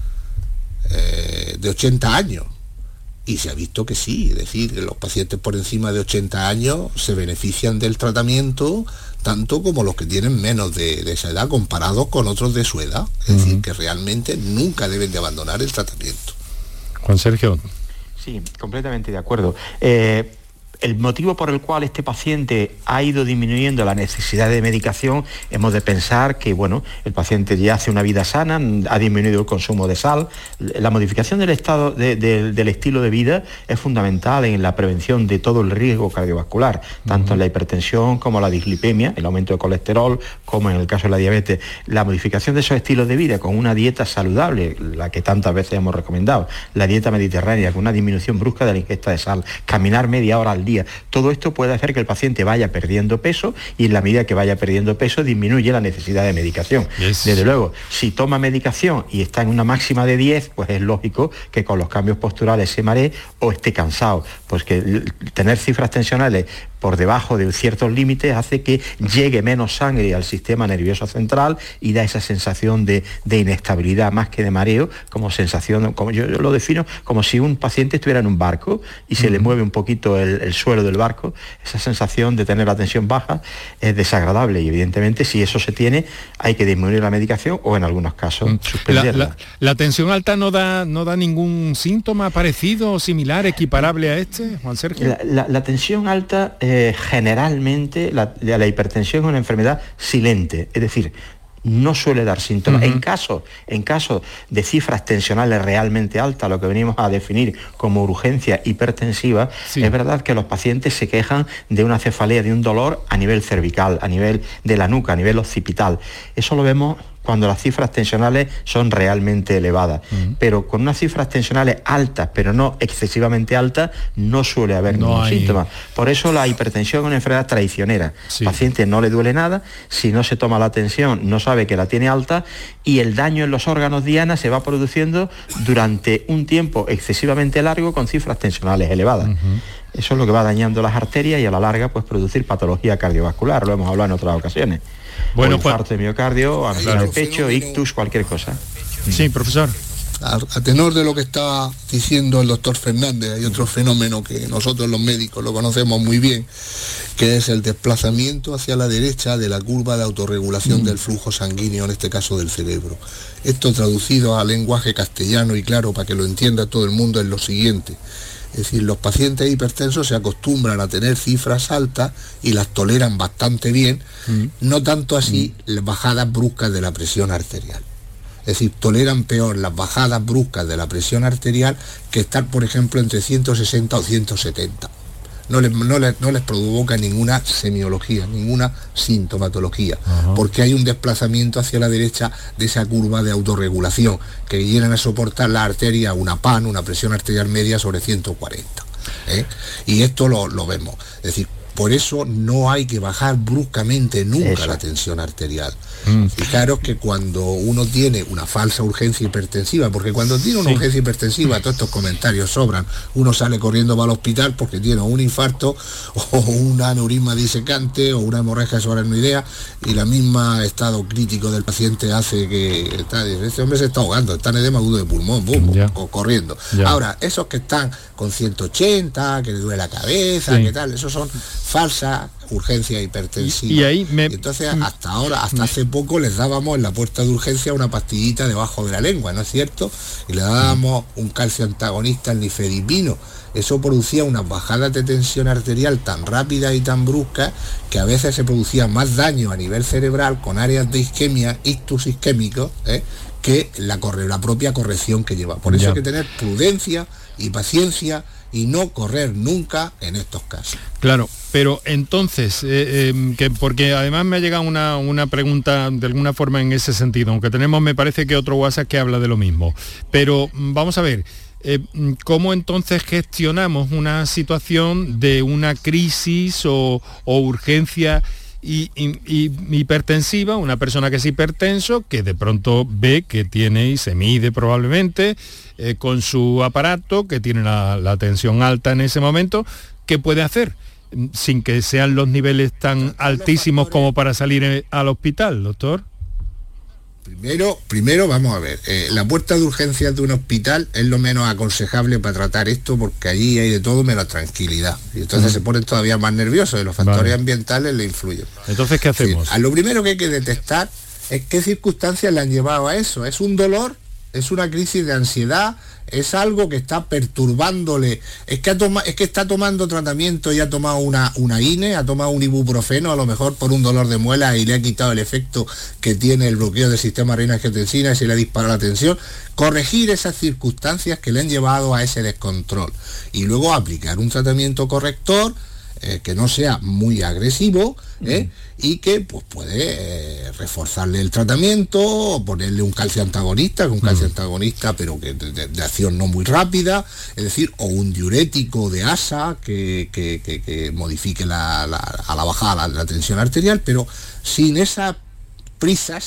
de 80 años. Y se ha visto que sí, es decir, que los pacientes por encima de 80 años se benefician del tratamiento tanto como los que tienen menos de esa edad, comparados con otros de su edad. Es decir, que realmente nunca deben de abandonar el tratamiento. Juan Sergio. Sí, completamente de acuerdo. El motivo por el cual este paciente ha ido disminuyendo la necesidad de medicación, hemos de pensar que, bueno, el paciente ya hace una vida sana, ha disminuido el consumo de sal. La modificación del estado del estilo de vida es fundamental en la prevención de todo el riesgo cardiovascular, tanto en la hipertensión como la dislipemia, el aumento de colesterol, como en el caso de la diabetes. La modificación de esos estilos de vida con una dieta saludable, la que tantas veces hemos recomendado, la dieta mediterránea, con una disminución brusca de la ingesta de sal, caminar media hora al día, todo esto puede hacer que el paciente vaya perdiendo peso, y en la medida que vaya perdiendo peso disminuye la necesidad de medicación. Desde luego, si toma medicación y está en una máxima de 10, pues es lógico que con los cambios posturales se maree o esté cansado, pues que tener cifras tensionales por debajo de ciertos límites hace que llegue menos sangre al sistema nervioso central y da esa sensación de inestabilidad más que de mareo, como sensación, como yo lo defino, como si un paciente estuviera en un barco y se le mueve un poquito el suelo del barco. Esa sensación de tener la tensión baja es desagradable y evidentemente si eso se tiene hay que disminuir la medicación o en algunos casos suspenderla. ¿La tensión alta no da ningún síntoma parecido o similar, equiparable a este, Juan Sergio? La tensión alta generalmente, la hipertensión es una enfermedad silente, es decir, no suele dar síntomas. En caso de cifras tensionales realmente altas, lo que venimos a definir como urgencia hipertensiva, es verdad que los pacientes se quejan de una cefalea, de un dolor a nivel cervical, a nivel de la nuca, a nivel occipital. Eso lo vemos cuando las cifras tensionales son realmente elevadas. Pero con unas cifras tensionales altas, pero no excesivamente altas, no suele haber ningún síntoma. Por eso la hipertensión es una enfermedad traicionera. Al paciente no le duele nada, si no se toma la tensión no sabe que la tiene alta y el daño en los órganos diana se va produciendo durante un tiempo excesivamente largo con cifras tensionales elevadas. Eso es lo que va dañando las arterias y a la larga pues producir patología cardiovascular, lo hemos hablado en otras ocasiones. Bueno, infarto de miocardio, angina de pecho, ictus, cualquier cosa. Sí, profesor. A tenor de lo que está diciendo el doctor Fernández, hay otro fenómeno que nosotros los médicos lo conocemos muy bien, que es el desplazamiento hacia la derecha de la curva de autorregulación del flujo sanguíneo, en este caso del cerebro. Esto traducido a lenguaje castellano y claro, para que lo entienda todo el mundo, es lo siguiente. Es decir, los pacientes hipertensos se acostumbran a tener cifras altas y las toleran bastante bien, no tanto así las bajadas bruscas de la presión arterial. Es decir, toleran peor las bajadas bruscas de la presión arterial que estar, por ejemplo, entre 160 o 170. No les provoca ninguna semiología, ninguna sintomatología, porque hay un desplazamiento hacia la derecha de esa curva de autorregulación, que llegan a soportar la arteria, una PAN, una presión arterial media sobre 140. Y esto lo vemos. Es decir, por eso no hay que bajar bruscamente nunca la tensión arterial. Fijaros que cuando uno tiene una falsa urgencia hipertensiva, porque cuando tiene una urgencia hipertensiva, todos estos comentarios sobran, uno sale corriendo para el hospital porque tiene un infarto o un aneurisma disecante o una hemorragia subaracnoidea y la misma estado crítico del paciente hace que este hombre se está ahogando, está en edema agudo de pulmón, corriendo. Ahora, esos que están con 180, que le duele la cabeza, que tal, esos son falsas urgencia hipertensiva. Y ahí entonces hasta ahora, hasta hace poco les dábamos en la puerta de urgencia una pastillita debajo de la lengua, ¿no es cierto? Y le dábamos un calcio antagonista, el nifedipino. Eso producía una bajada de tensión arterial tan rápida y tan brusca que a veces se producía más daño a nivel cerebral con áreas de isquemia, ictus isquémicos, que la propia corrección que lleva. Por eso hay que tener prudencia y paciencia y no correr nunca en estos casos. Claro, pero entonces, porque además me ha llegado una pregunta de alguna forma en ese sentido, aunque tenemos, me parece que otro WhatsApp que habla de lo mismo. Pero vamos a ver, ¿cómo entonces gestionamos una situación de una crisis o urgencia hipertensiva, una persona que es hipertenso, que de pronto ve que tiene y se mide probablemente con su aparato, que tiene la tensión alta en ese momento? ¿Qué puede hacer sin que sean los niveles tan altísimos como para salir al hospital, doctor? Primero vamos a ver, la puerta de urgencias de un hospital es lo menos aconsejable para tratar esto, porque allí hay de todo menos tranquilidad. Y entonces se ponen todavía más nerviosos y los factores ambientales le influyen. Entonces, ¿qué hacemos? Lo primero que hay que detectar es qué circunstancias le han llevado a eso. ¿Es un dolor? ¿Es una crisis de ansiedad? ¿Es algo que está perturbándole? ¿Es que está tomando tratamiento y ha tomado una INE, ha tomado un ibuprofeno a lo mejor por un dolor de muela y le ha quitado el efecto que tiene el bloqueo del sistema renina-angiotensina y se le ha disparado la tensión? Corregir esas circunstancias que le han llevado a ese descontrol y luego aplicar un tratamiento corrector que no sea muy agresivo y que pues puede reforzarle el tratamiento o ponerle un calcio antagonista, pero que de acción no muy rápida, es decir, o un diurético de ASA que modifique a la bajada la tensión arterial, pero sin esas prisas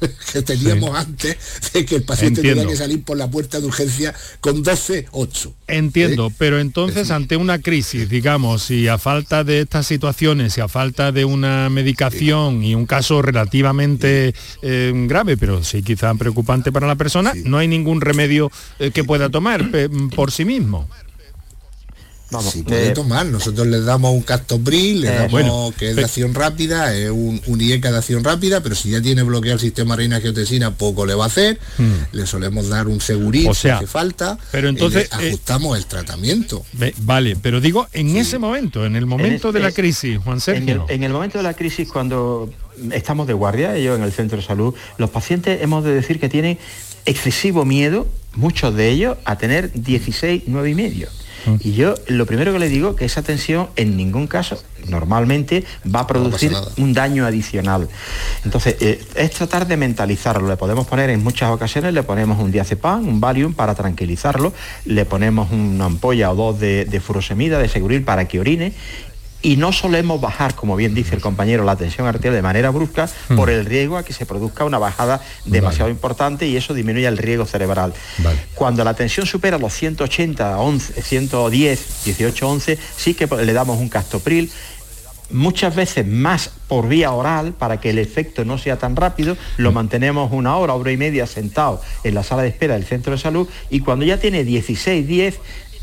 que teníamos antes de que el paciente tenía que salir por la puerta de urgencia con 12,8. Entiendo, pero entonces ante una crisis, digamos, y a falta de estas situaciones, y a falta de una medicación y un caso relativamente grave, pero sí quizá preocupante para la persona, no hay ningún remedio que pueda tomar por sí mismo. Vamos, sí puede tomar, nosotros les damos un Captopril, le damos que es de acción rápida, es un IECA de acción rápida, pero si ya tiene bloqueado el sistema renina-angiotensina, poco le va a hacer, le solemos dar un Segurit si hace falta, pero entonces ajustamos el tratamiento. Vale, pero digo, en ese momento, en el momento de la crisis, Juan Sergio. En el momento de la crisis, cuando estamos de guardia, yo en el centro de salud, los pacientes hemos de decir que tienen excesivo miedo, muchos de ellos, a tener 16, 9 y medio. Y yo lo primero que le digo que esa tensión en ningún caso normalmente va a producir un daño adicional. Entonces es tratar de mentalizarlo. Le podemos poner en muchas ocasiones, le ponemos un diazepam, un Valium para tranquilizarlo, le ponemos una ampolla o dos de furosemida, de Segurit para que orine. Y no solemos bajar, como bien dice el compañero, la tensión arterial de manera brusca por el riesgo a que se produzca una bajada demasiado importante y eso disminuye el riesgo cerebral. Cuando la tensión supera los 180, 11, 110, 18, 11, sí que le damos un Captopril, muchas veces más por vía oral para que el efecto no sea tan rápido, lo mantenemos una hora y media sentado en la sala de espera del centro de salud y cuando ya tiene 16, 10,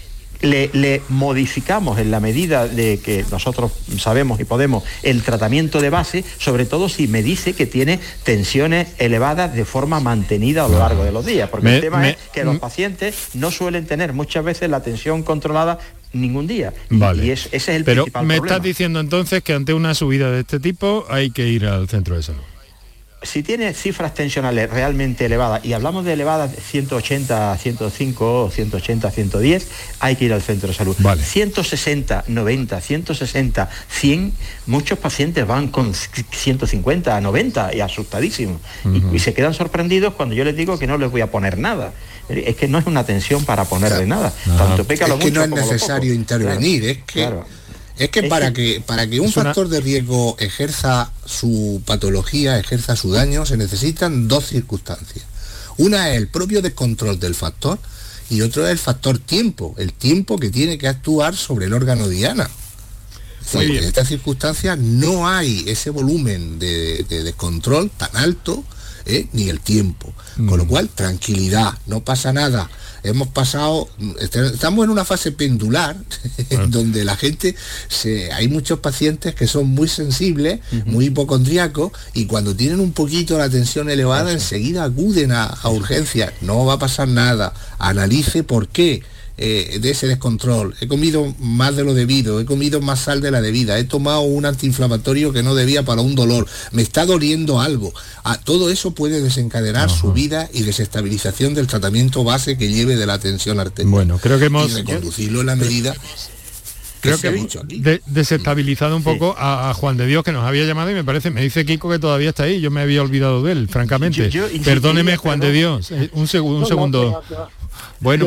le modificamos en la medida de que nosotros sabemos y podemos el tratamiento de base, sobre todo si me dice que tiene tensiones elevadas de forma mantenida a lo largo de los días, porque el tema es que los pacientes no suelen tener muchas veces la tensión controlada ningún día. Y ese es el principal problema. Estás diciendo entonces que ante una subida de este tipo hay que ir al centro de salud. Si tiene cifras tensionales realmente elevadas, y hablamos de elevadas de 180 a 105, 180 a 110, hay que ir al centro de salud. 160, 90, 160, 100, muchos pacientes van con 150 a 90 y asustadísimos. Y se quedan sorprendidos cuando yo les digo que no les voy a poner nada. Es que no es una tensión para ponerle nada. Tanto peca lo mucho no es necesario intervenir, es que... Es que para que un factor de riesgo ejerza su patología, ejerza su daño, se necesitan dos circunstancias. Una es el propio descontrol del factor y otro es el factor tiempo, el tiempo que tiene que actuar sobre el órgano diana. En estas circunstancias no hay ese volumen de descontrol tan alto, ni el tiempo. Con lo cual, tranquilidad, no pasa nada. Estamos en una fase pendular donde la gente hay muchos pacientes que son muy sensibles, muy hipocondríacos y cuando tienen un poquito la tensión elevada enseguida acuden a urgencias. No va a pasar nada. Analice por qué de ese descontrol. He comido más de lo debido, he comido más sal de la debida, he tomado un antiinflamatorio que no debía para un dolor, me está doliendo algo. Todo eso puede desencadenar subida y desestabilización del tratamiento base que lleve de la tensión arterial. Bueno, creo que hemos... Y reconducirlo en la medida... Creo que hemos desestabilizado un poco a Juan de Dios, que nos había llamado y me dice Kiko que todavía está ahí, yo me había olvidado de él, francamente. Perdóneme, Juan de Dios, un segundo. Bueno,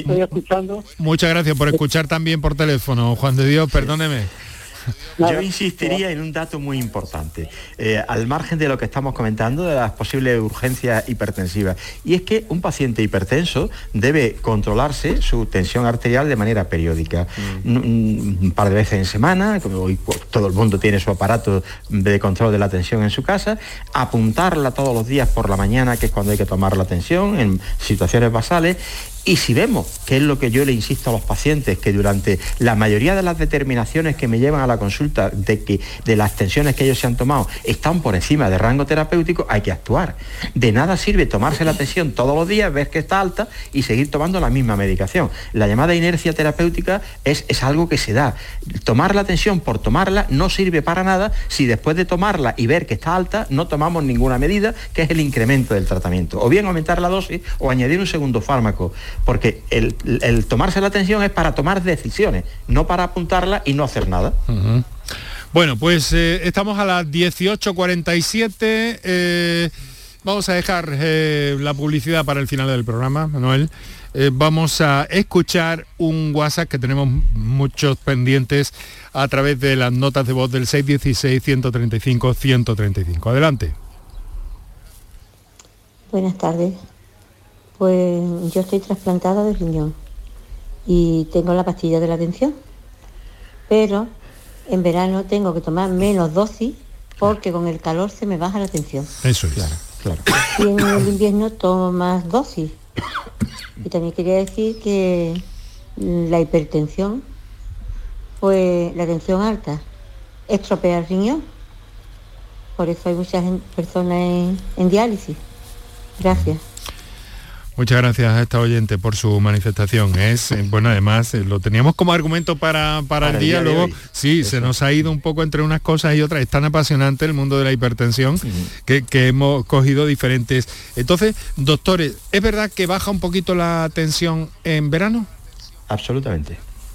muchas gracias por escuchar también por teléfono, Juan de Dios, perdóneme. Yo insistiría en un dato muy importante, al margen de lo que estamos comentando, de las posibles urgencias hipertensivas, y es que un paciente hipertenso debe controlarse su tensión arterial de manera periódica, un par de veces en semana, como hoy todo el mundo tiene su aparato de control de la tensión en su casa, apuntarla todos los días por la mañana, que es cuando hay que tomar la tensión, en situaciones basales. Y si vemos, que es lo que yo le insisto a los pacientes, que durante la mayoría de las determinaciones que me llevan a la consulta de las tensiones que ellos se han tomado están por encima del rango terapéutico, hay que actuar. De nada sirve tomarse la tensión todos los días, ver que está alta y seguir tomando la misma medicación. La llamada inercia terapéutica es algo que se da. Tomar la tensión por tomarla no sirve para nada si después de tomarla y ver que está alta no tomamos ninguna medida, que es el incremento del tratamiento. O bien aumentar la dosis o añadir un segundo fármaco. Porque el tomarse la tensión es para tomar decisiones, no para apuntarla y no hacer nada. Bueno, pues estamos a las 18:47. Vamos a dejar la publicidad para el final del programa, Manuel. Vamos a escuchar un WhatsApp que tenemos muchos pendientes a través de las notas de voz del 616-135-135. Adelante. Buenas tardes. Pues yo estoy trasplantada de riñón y tengo la pastilla de la tensión, pero en verano tengo que tomar menos dosis porque con el calor se me baja la tensión. Eso es. Claro. Y en el invierno tomo más dosis. Y también quería decir que la hipertensión, pues la tensión alta, estropea el riñón. Por eso hay muchas personas en diálisis. Gracias. Muchas gracias a esta oyente por su manifestación. Es bueno, además lo teníamos como argumento para el día, luego sí, eso. Se nos ha ido un poco entre unas cosas y otras. Es tan apasionante el mundo de la hipertensión que hemos cogido diferentes. Entonces, doctores, ¿es verdad que baja un poquito la tensión en verano? Absolutamente.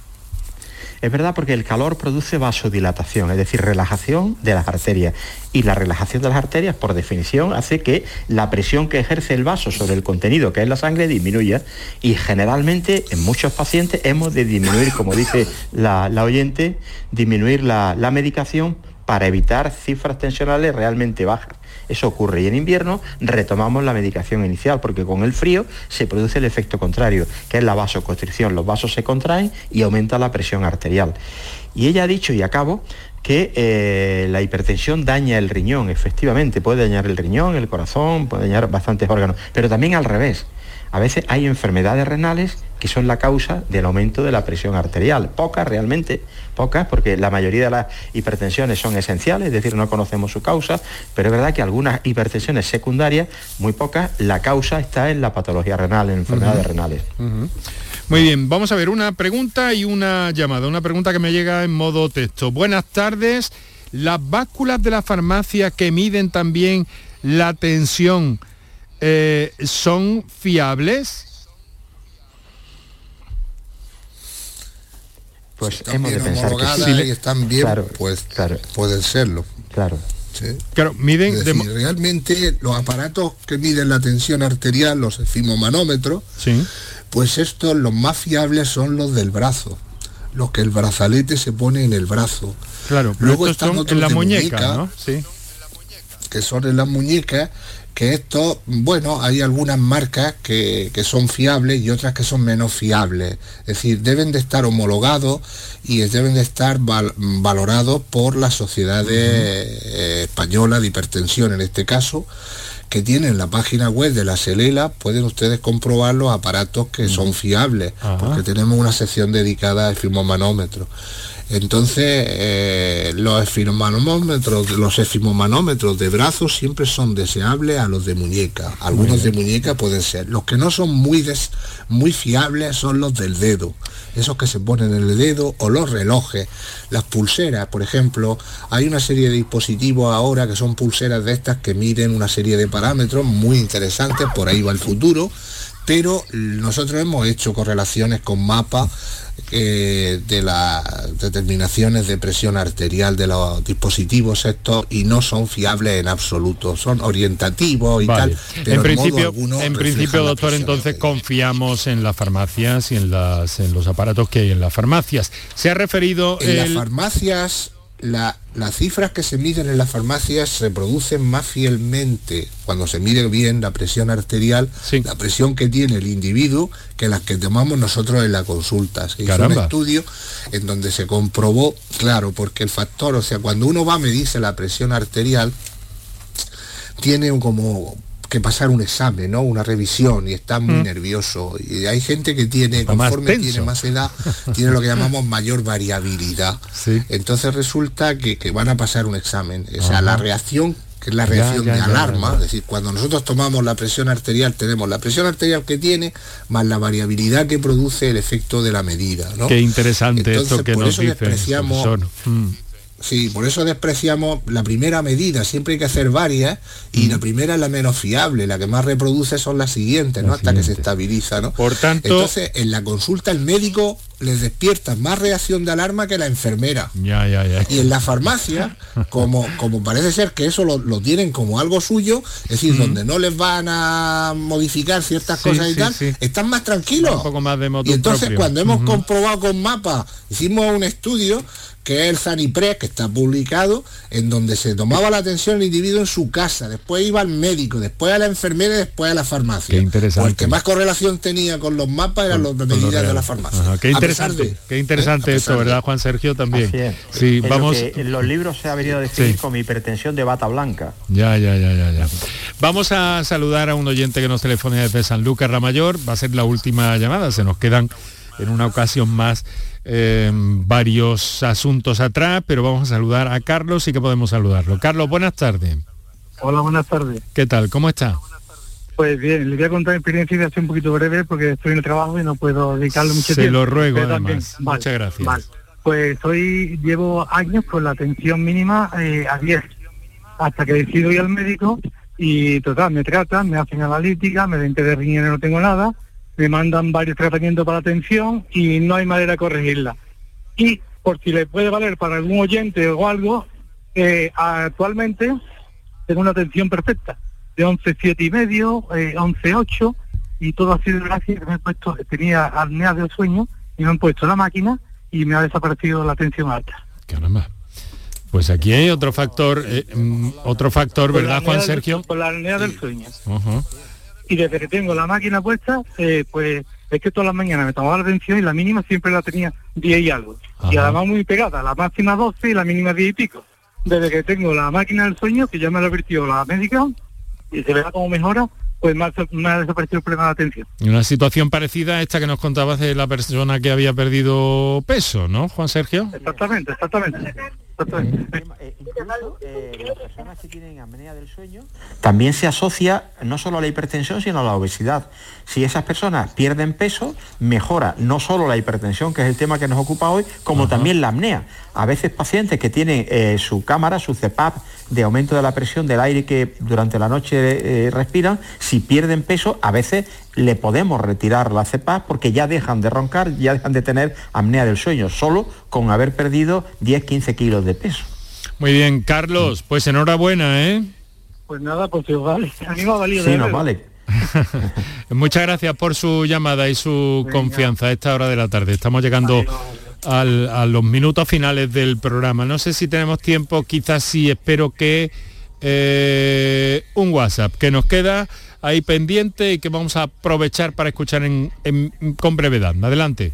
Es verdad, porque el calor produce vasodilatación, es decir, relajación de las arterias. Y la relajación de las arterias, por definición, hace que la presión que ejerce el vaso sobre el contenido, que es la sangre, disminuya. Y generalmente, en muchos pacientes, hemos de disminuir, como dice la oyente, disminuir la medicación para evitar cifras tensionales realmente bajas. Eso ocurre, y en invierno retomamos la medicación inicial, porque con el frío se produce el efecto contrario, que es la vasoconstricción. Los vasos se contraen y aumenta la presión arterial. Y ella ha dicho, y acabo, que la hipertensión daña el riñón. Efectivamente, puede dañar el riñón, el corazón, puede dañar bastantes órganos, pero también al revés. A veces hay enfermedades renales que son la causa del aumento de la presión arterial. Pocas realmente, pocas, porque la mayoría de las hipertensiones son esenciales, es decir, no conocemos su causa, pero es verdad que algunas hipertensiones secundarias, muy pocas, la causa está en la patología renal, en enfermedades renales. Muy bien, vamos a ver una pregunta y una llamada. Una pregunta que me llega en modo texto. Buenas tardes. ¿Las básculas de la farmacia que miden también la tensión son fiables? Pues están hemos de pensar que sí. Y están bien, claro, pues claro, pueden serlo. Claro. ¿Sí? Claro, miden... Es decir, realmente los aparatos que miden la tensión arterial, los esfimomanómetros, sí, pues estos, los más fiables son los del brazo, los que el brazalete se pone en el brazo. Claro, pero luego están otros en la muñeca, ¿no? Sí. Que son en las muñecas, que estos, bueno, hay algunas marcas que son fiables y otras que son menos fiables. Es decir, deben de estar homologados y deben de estar valorados por las sociedades españolas de hipertensión, en este caso, que tienen la página web de la SELELA. Pueden ustedes comprobar los aparatos que son fiables, porque tenemos una sección dedicada a esfimomanómetros. Entonces, los esfimomanómetros de brazos siempre son deseables a los de muñeca. Algunos de muñeca pueden ser. Los que no son muy fiables son los del dedo. Esos que se ponen en el dedo, o los relojes. Las pulseras, por ejemplo, hay una serie de dispositivos ahora que son pulseras de estas que miden una serie de parámetros muy interesantes, por ahí va el futuro, pero nosotros hemos hecho correlaciones con mapas de las determinaciones de presión arterial de los dispositivos estos, y no son fiables en absoluto, son orientativos y tal, pero en principio doctor, entonces confiamos en las farmacias y en los aparatos que hay en las farmacias. Se ha referido en las farmacias. Las cifras que se miden en las farmacias se producen más fielmente cuando se mide bien la presión arterial, sí, la presión que tiene el individuo, que las que tomamos nosotros en la consulta. Se hizo un estudio en donde se comprobó, claro, porque el factor, o sea, cuando uno va a medirse la presión arterial, tiene como que pasar un examen, ¿no? Una revisión, y está muy nervioso. Y hay gente que tiene, conforme tiene más edad, tiene lo que llamamos mayor variabilidad. Sí. Entonces resulta que van a pasar un examen. O sea, la reacción, que es la reacción de alarma, es decir, cuando nosotros tomamos la presión arterial, tenemos la presión arterial que tiene, más la variabilidad que produce el efecto de la medida, ¿no? Qué interesante. Entonces, esto que nos dice. Sí, por eso despreciamos la primera medida. Siempre hay que hacer varias, y la primera es la menos fiable, la que más reproduce son las siguientes, ¿no? Hasta que se estabiliza, ¿no? Por tanto, entonces, en la consulta el médico les despierta más reacción de alarma que la enfermera. Ya. Y en la farmacia, como parece ser que eso lo tienen como algo suyo, es decir, donde no les van a modificar ciertas cosas y tal, están más tranquilos. Un poco más de motu y entonces propio. Cuando hemos comprobado con mapas, hicimos un estudio que es el Zanipress, que está publicado, en donde se tomaba la atención del individuo en su casa, después iba al médico, después a la enfermera y después a la farmacia. Qué interesante. Pues el que más correlación tenía con los mapas eran los de medidas de la farmacia. Ajá, qué interesante esto, ¿verdad, Juan Sergio? También. Sí, vamos. En los libros se ha venido a definir como hipertensión de bata blanca. Ya. Vamos a saludar a un oyente que nos telefona desde Sanlúcar la Mayor. Va a ser la última llamada. Se nos quedan en una ocasión más varios asuntos atrás, pero vamos a saludar a Carlos y que podemos saludarlo. Carlos, buenas tardes. Hola, buenas tardes. ¿Qué tal? ¿Cómo está? Pues bien, le voy a contar mi experiencia y voy a ser un poquito breve porque estoy en el trabajo y no puedo dedicarle mucho tiempo. Se lo ruego, además. También. Vale, muchas gracias. Vale. Pues llevo años con la atención mínima a 10, hasta que decido ir al médico y total, me tratan, me hacen analítica, me ven que de riñones no tengo nada, me mandan varios tratamientos para la atención y no hay manera de corregirla. Y por si le puede valer para algún oyente o algo, actualmente tengo una atención perfecta, de 11,7,5, 11,8, y todo ha sido gracias que me he puesto, tenía apnea del sueño y me han puesto la máquina y me ha desaparecido la tensión alta. Caramba. Pues aquí hay otro factor, ¿verdad, Juan Sergio? Por la apnea del sueño. Uh-huh. Y desde que tengo la máquina puesta, pues es que todas las mañanas me tomaba la atención y la mínima siempre la tenía 10 y algo. Ajá. Y además muy pegada, la máxima 12 y la mínima 10 y pico. Desde que tengo la máquina del sueño, que ya me lo advirtió la médica, y se verá cómo mejora, pues me ha desaparecido el problema de la atención. Una situación parecida a esta que nos contabas de la persona que había perdido peso, ¿no, Juan Sergio? Exactamente. Incluso las personas que tienen apnea del sueño también se asocia no solo a la hipertensión sino a la obesidad. Si esas personas pierden peso, mejora no solo la hipertensión, que es el tema que nos ocupa hoy, como también la apnea. A veces pacientes que tienen su cámara, su CPAP de aumento de la presión del aire que durante la noche respiran, si pierden peso, a veces le podemos retirar la CPAP porque ya dejan de roncar, ya dejan de tener apnea del sueño, solo con haber perdido 10-15 kilos de peso. Muy bien, Carlos, pues enhorabuena, ¿eh? Pues nada, pues vale, a mí me ha valido. Sí, nos vale. Muchas gracias por su llamada y su confianza a esta hora de la tarde. Estamos llegando a los minutos finales del programa. No sé si tenemos tiempo, quizás sí, espero que un WhatsApp que nos queda ahí pendiente y que vamos a aprovechar para escuchar con brevedad. Adelante.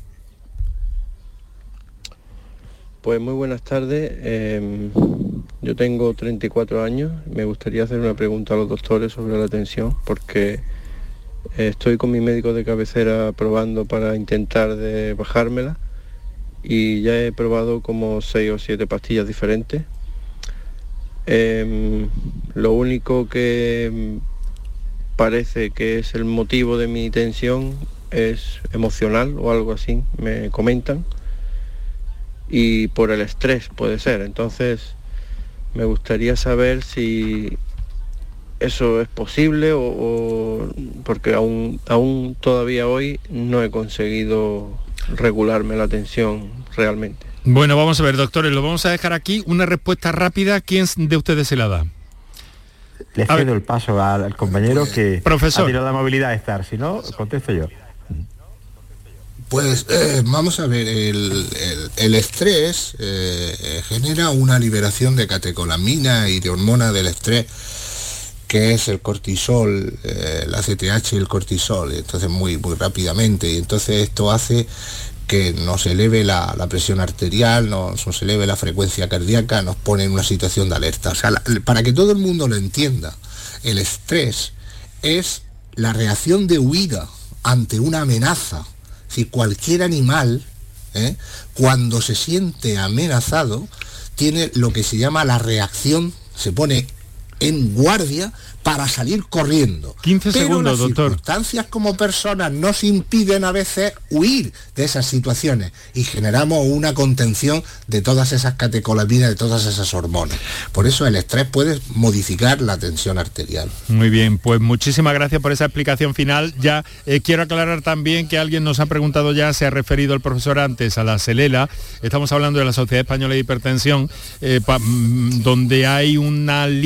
Pues muy buenas tardes. Yo tengo 34 años. Me gustaría hacer una pregunta a los doctores sobre la tensión, porque estoy con mi médico de cabecera probando para intentar de bajármela y ya he probado como 6 o 7 pastillas diferentes. Lo único que parece que es el motivo de mi tensión es emocional o algo así, me comentan, y por el estrés puede ser. Entonces me gustaría saber si eso es posible o porque aún todavía hoy no he conseguido regularme la tensión realmente. Bueno, vamos a ver, doctores, lo vamos a dejar aquí. Una respuesta rápida, ¿quién de ustedes se la da? Le cedo el paso al compañero que profesor. ha tirado la movilidad a estar, si no, contesto yo. Pues vamos a ver, el estrés genera una liberación de catecolamina y de hormona del estrés, que es el cortisol, la CTH y el cortisol, entonces muy rápidamente, y entonces esto hace que nos eleve la presión arterial, nos eleve la frecuencia cardíaca, nos pone en una situación de alerta. O sea, para que todo el mundo lo entienda, el estrés es la reacción de huida ante una amenaza. Si cualquier animal, cuando se siente amenazado, tiene lo que se llama la reacción, se pone en guardia para salir corriendo. 15 segundos, doctor. Pero las circunstancias como personas nos impiden a veces huir de esas situaciones y generamos una contención de todas esas catecolaminas, de todas esas hormonas. Por eso el estrés puede modificar la tensión arterial. Muy bien, pues muchísimas gracias por esa explicación final. Ya quiero aclarar también que alguien nos ha preguntado ya, se ha referido el profesor antes a la SELELA. Estamos hablando de la Sociedad Española de Hipertensión, donde hay una lista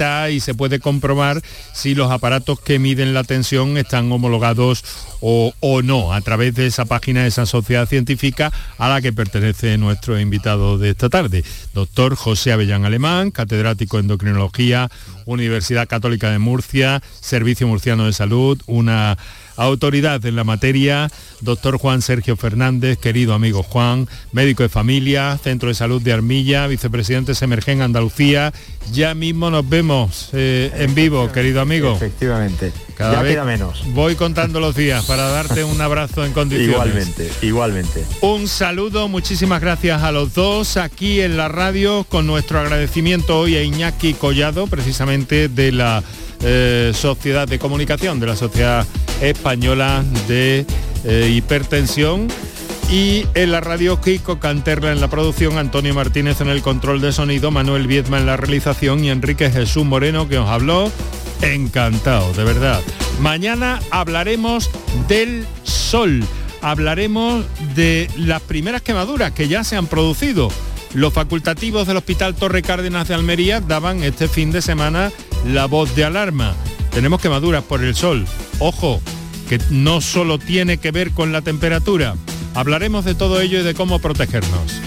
está y se puede comprobar si los aparatos que miden la tensión están homologados o no, a través de esa página de esa sociedad científica a la que pertenece nuestro invitado de esta tarde, doctor José Avellán Alemán, catedrático de endocrinología, Universidad Católica de Murcia, Servicio Murciano de Salud, una autoridad en la materia, doctor Juan Sergio Fernández, querido amigo Juan, médico de familia, Centro de Salud de Armilla, vicepresidente Semergen Andalucía. Ya mismo nos vemos en vivo, querido amigo. Efectivamente. Cada vez queda menos. Voy contando los días para darte un abrazo en condiciones. Igualmente. Un saludo, muchísimas gracias a los dos aquí en la radio, con nuestro agradecimiento hoy a Iñaki Collado, precisamente de la Sociedad de Comunicación, de la Sociedad Española de Hipertensión, y en la radio Kiko Canterla en la producción, Antonio Martínez en el control de sonido, Manuel Viedma en la realización y Enrique Jesús Moreno, que os habló. Encantado, de verdad. Mañana hablaremos del sol, hablaremos de las primeras quemaduras que ya se han producido. Los facultativos del Hospital Torre Cárdenas de Almería daban este fin de semana la voz de alarma. Tenemos quemaduras por el sol. Ojo, que no solo tiene que ver con la temperatura. Hablaremos de todo ello y de cómo protegernos.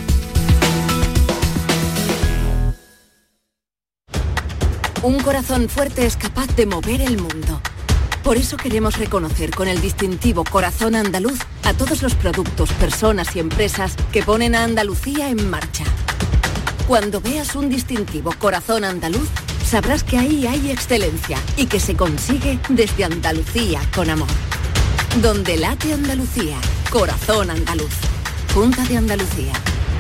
Un corazón fuerte es capaz de mover el mundo. Por eso queremos reconocer con el distintivo Corazón Andaluz a todos los productos, personas y empresas que ponen a Andalucía en marcha. Cuando veas un distintivo Corazón Andaluz, sabrás que ahí hay excelencia y que se consigue desde Andalucía con amor. Donde late Andalucía, Corazón Andaluz. Junta de Andalucía.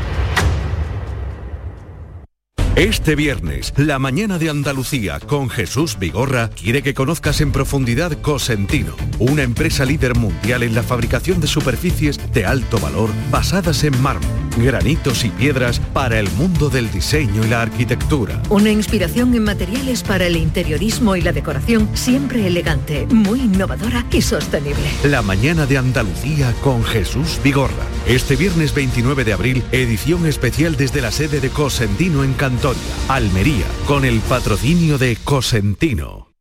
Este viernes, la mañana de Andalucía con Jesús Vigorra quiere que conozcas en profundidad Cosentino, una empresa líder mundial en la fabricación de superficies de alto valor basadas en mármol, granitos y piedras para el mundo del diseño y la arquitectura. Una inspiración en materiales para el interiorismo y la decoración, siempre elegante, muy innovadora y sostenible. La mañana de Andalucía con Jesús Vigorra. Este viernes 29 de abril, edición especial desde la sede de Cosentino en Cantoria, Almería, con el patrocinio de Cosentino.